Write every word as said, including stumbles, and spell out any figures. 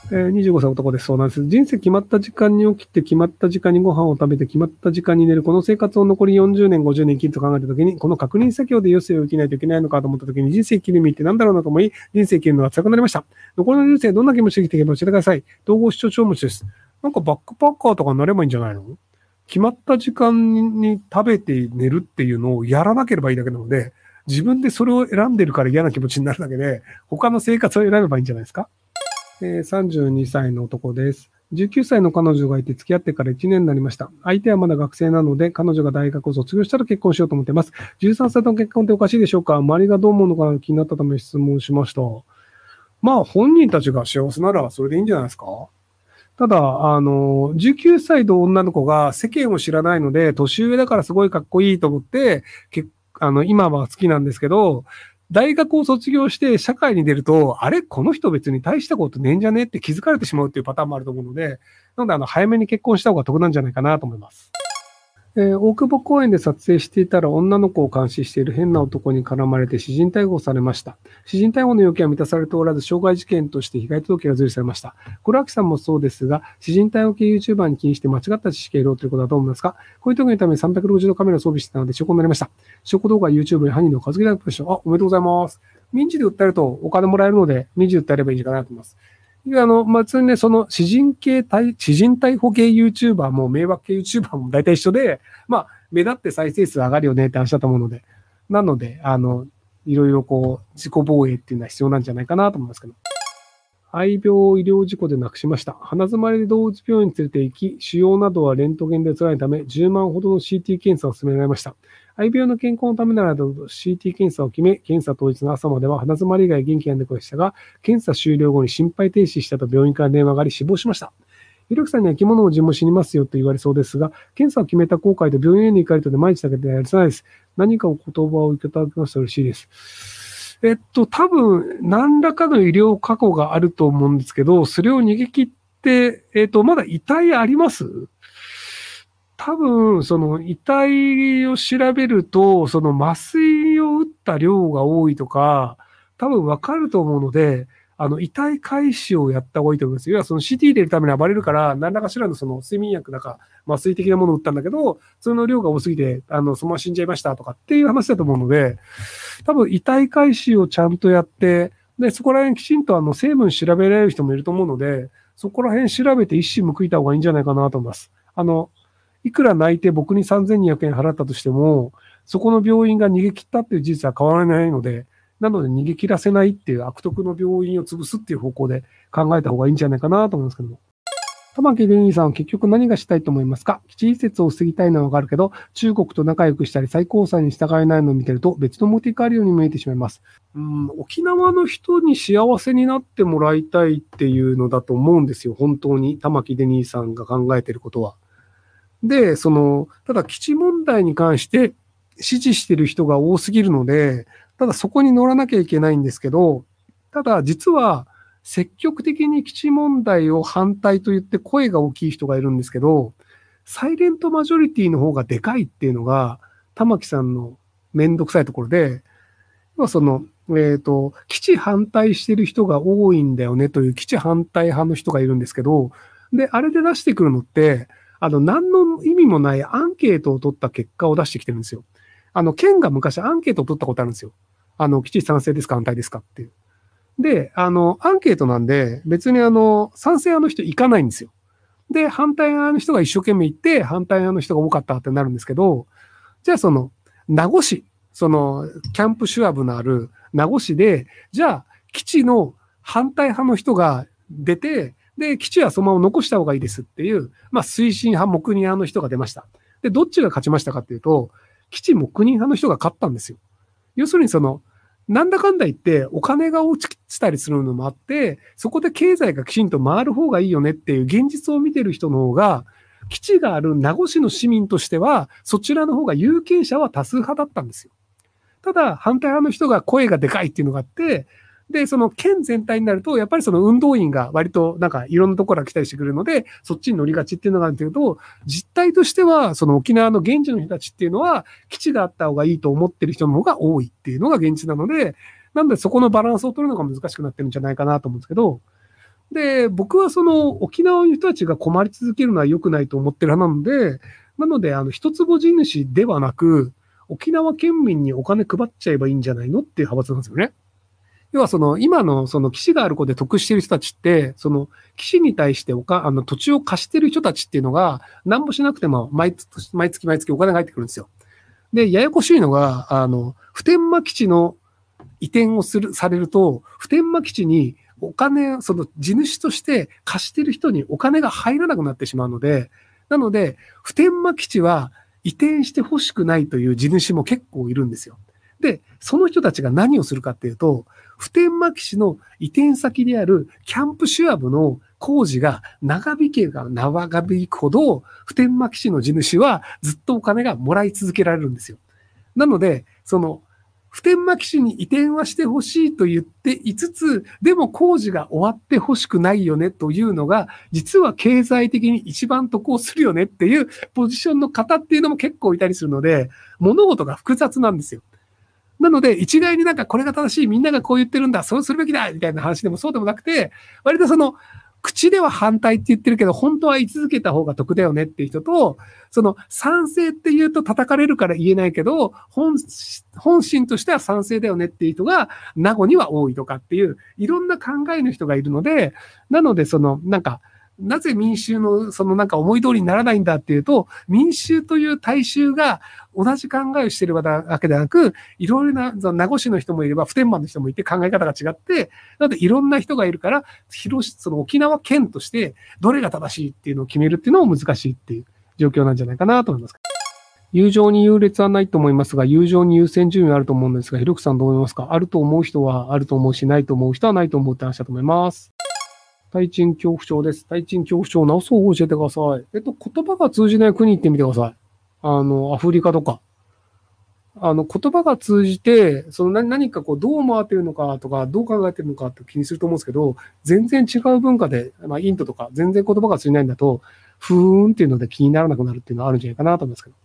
えー、にじゅうごさい男です。そうなんです。人生決まった時間に起きて、決まった時間にご飯を食べて、決まった時間に寝る。この生活を残りよんじゅうねん、ごじゅうねん生きると考えたときに、この確認作業で余生を生きないといけないのかと思ったときに、人生生きる意味って何だろうなと思い、人生生きるのは辛くなりました。残りの人生どんな気持ちで生きていけば教えてください。統合失調症持ちです。なんかバックパッカーとかになればいいんじゃないの？決まった時間に食べて寝るっていうのをやらなければいいだけなので、自分でそれを選んでるから嫌な気持ちになるだけで、他の生活を選べばいいんじゃないですか？えー、さんじゅうにさいの男です。じゅうきゅうさいの彼女がいて付き合ってからいちねんになりました。相手はまだ学生なので、彼女が大学を卒業したら結婚しようと思っています。じゅうさんさいの結婚っておかしいでしょうか？周りがどう思うのか気になったため質問しました。まあ、本人たちが幸せならそれでいいんじゃないですか？ただ、あの、じゅうきゅうさいの女の子が世間を知らないので、年上だからすごいかっこいいと思って、けあの、今は好きなんですけど、大学を卒業して社会に出ると、あれこの人別に大したことねえんじゃねって気づかれてしまうっていうパターンもあると思うので、なので、あの、早めに結婚した方が得なんじゃないかなと思います。えー大久保公園で撮影していたら女の子を監視している変な男に絡まれて私人逮捕されました。私人逮捕の要件は満たされておらず、傷害事件として被害届が受理されました。黒明さんもそうですが、私人逮捕系 YouTuber に気にして間違った知識を得ろうということはどう思いますか？こういう時のためにさんびゃくろくじゅうどカメラを装備していたので証拠になりました。証拠動画は YouTube に犯人の数切りだったでしょう。あ、おめでとうございます。民事で訴えるとお金もらえるので、民事で訴えればいいんじゃないかなと思います。あの、まあ、普通にね、その、詩人系、詩人逮捕系 YouTuber も迷惑系 YouTuber も大体一緒で、まあ、目立って再生数上がるよねって話だと思うので、なので、あの、いろいろこう、自己防衛っていうのは必要なんじゃないかなと思いますけど。愛病を医療事故で亡くしました。鼻詰まりで動物病院に連れて行き、腫瘍などはレントゲンで辛いため、じゅうまんほどの シーティー 検査を進められました。愛病の健康のためならと シーティー 検査を決め、検査当日の朝までは鼻詰まり以外元気な猫でしたが、検査終了後に心肺停止したと病院から電話があり死亡しました。ひろきさんには生き物の尋問死にますよと言われそうですが、検査を決めた後悔で病院への行かれたで毎日だけでやりさないです。何かお言葉をいただきますと嬉しいです。えっと、多分、何らかの医療過去があると思うんですけど、それを逃げ切って、えっと、まだ遺体あります？多分、その遺体を調べると、その麻酔を打った量が多いとか、多分わかると思うので、あの、遺体回収をやった方がいいと思います。要はその シーティー 入れるために暴れるから、何らかしらのその睡眠薬だか、麻酔的なものを打ったんだけど、その量が多すぎて、あの、そのまま死んじゃいましたとかっていう話だと思うので、多分遺体回収をちゃんとやって、で、そこら辺きちんとあの成分調べられる人もいると思うので、そこら辺調べて一矢報いた方がいいんじゃないかなと思います。あの、いくら泣いて僕にさんぜんにひゃくえん払ったとしても、そこの病院が逃げ切ったっていう事実は変わらないので、なので逃げ切らせないっていう悪徳の病院を潰すっていう方向で考えた方がいいんじゃないかなと思いますけども。玉木デニーさんは結局何がしたいと思いますか？基地移設を防ぎたいのはわかるけど、中国と仲良くしたり最高裁に従えないのを見てると別の目的があるように見えてしまいます。うん、沖縄の人に幸せになってもらいたいっていうのだと思うんですよ。本当に玉木デニーさんが考えていることは。で、その、ただ基地問題に関して支持している人が多すぎるので、ただそこに乗らなきゃいけないんですけど、ただ実は積極的に基地問題を反対と言って声が大きい人がいるんですけど、サイレントマジョリティの方がでかいっていうのが、玉木さんのめんどくさいところで、その、えっと、基地反対してる人が多いんだよねという基地反対派の人がいるんですけど、で、あれで出してくるのって、あの、何の意味もないアンケートを取った結果を出してきてるんですよ。あの、県が昔アンケートを取ったことあるんですよ。あの、基地賛成ですか反対ですかっていう。で、あの、アンケートなんで、別にあの、賛成派の人行かないんですよ。で、反対側の人が一生懸命行って、反対側の人が多かったってなるんですけど、じゃあその、名護市、その、キャンプシュアブのある名護市で、じゃあ、基地の反対派の人が出て、で、基地はそのまま残した方がいいですっていう、まあ、推進派、黙認派の人が出ました。で、どっちが勝ちましたかっていうと、基地黙認派の人が勝ったんですよ。要するにその、なんだかんだ言ってお金が落ちたりするのもあって、そこで経済がきちんと回る方がいいよねっていう現実を見てる人の方が、基地がある名護市の市民としては、そちらの方が有権者は多数派だったんですよ。ただ、反対派の人が声がでかいっていうのがあって、で、その県全体になると、やっぱりその運動員が割となんかいろんなところから来たりしてくるので、そっちに乗りがちっていうのがあるけど、実態としては、その沖縄の現地の人たちっていうのは、基地があった方がいいと思ってる人の方が多いっていうのが現実なので、なのでそこのバランスを取るのが難しくなってるんじゃないかなと思うんですけど、 で、僕はその沖縄の人たちが困り続けるのは良くないと思ってる派なので、なので、あの、一坪地主ではなく、沖縄県民にお金配っちゃえばいいんじゃないのっていう派閥なんですよね。要はその、今のその基地があることで得している人たちって、その、基地に対しておか、あの、土地を貸している人たちっていうのが、何もしなくても毎月、毎月毎月お金が入ってくるんですよ。で、ややこしいのが、あの、普天間基地の移転をする、されると、普天間基地にお金、その地主として貸している人にお金が入らなくなってしまうので、なので、普天間基地は移転してほしくないという地主も結構いるんですよ。で、その人たちが何をするかっていうと、普天間基地の移転先であるキャンプシュアブの工事が長引けば長引くほど、普天間基地の地主はずっとお金がもらい続けられるんですよ。なので、その、普天間基地に移転はしてほしいと言っていつつ、でも工事が終わってほしくないよねというのが、実は経済的に一番得をするよねっていうポジションの方っていうのも結構いたりするので、物事が複雑なんですよ。なので、一概になんかこれが正しい、みんながこう言ってるんだ、そうするべきだみたいな話でもそうでもなくて、割とその、口では反対って言ってるけど、本当は言い続けた方が得だよねっていう人と、その賛成って言うと叩かれるから言えないけど、本、本心としては賛成だよねっていう人が、名護には多いとかっていう、いろんな考えの人がいるので、なのでその、なんか、なぜ民衆のそのなんか思い通りにならないんだっていうと、民衆という大衆が同じ考えをしているわけではなく、いろいろな、名護市の人もいれば、普天間の人もいて考え方が違って、なのでいろんな人がいるから、広し、その沖縄県としてどれが正しいっていうのを決めるっていうのも難しいっていう状況なんじゃないかなと思います。友情に優劣はないと思いますが、友情に優先順位はあると思うんですが、ひろくさんどう思いますか？あると思う人はあると思うし、ないと思う人はないと思うって話だと思います。対鎮恐怖症です。対鎮恐怖症を治そう教えてください。えっと、言葉が通じない国行ってみてください。あの、アフリカとか。あの、言葉が通じて、その何何かこう、どう回ってるのかとか、どう考えてるのかって気にすると思うんですけど、全然違う文化で、まあ、インドとか、全然言葉が通じないんだと、ふーんっていうので気にならなくなるっていうのはあるんじゃないかなと思いますけど。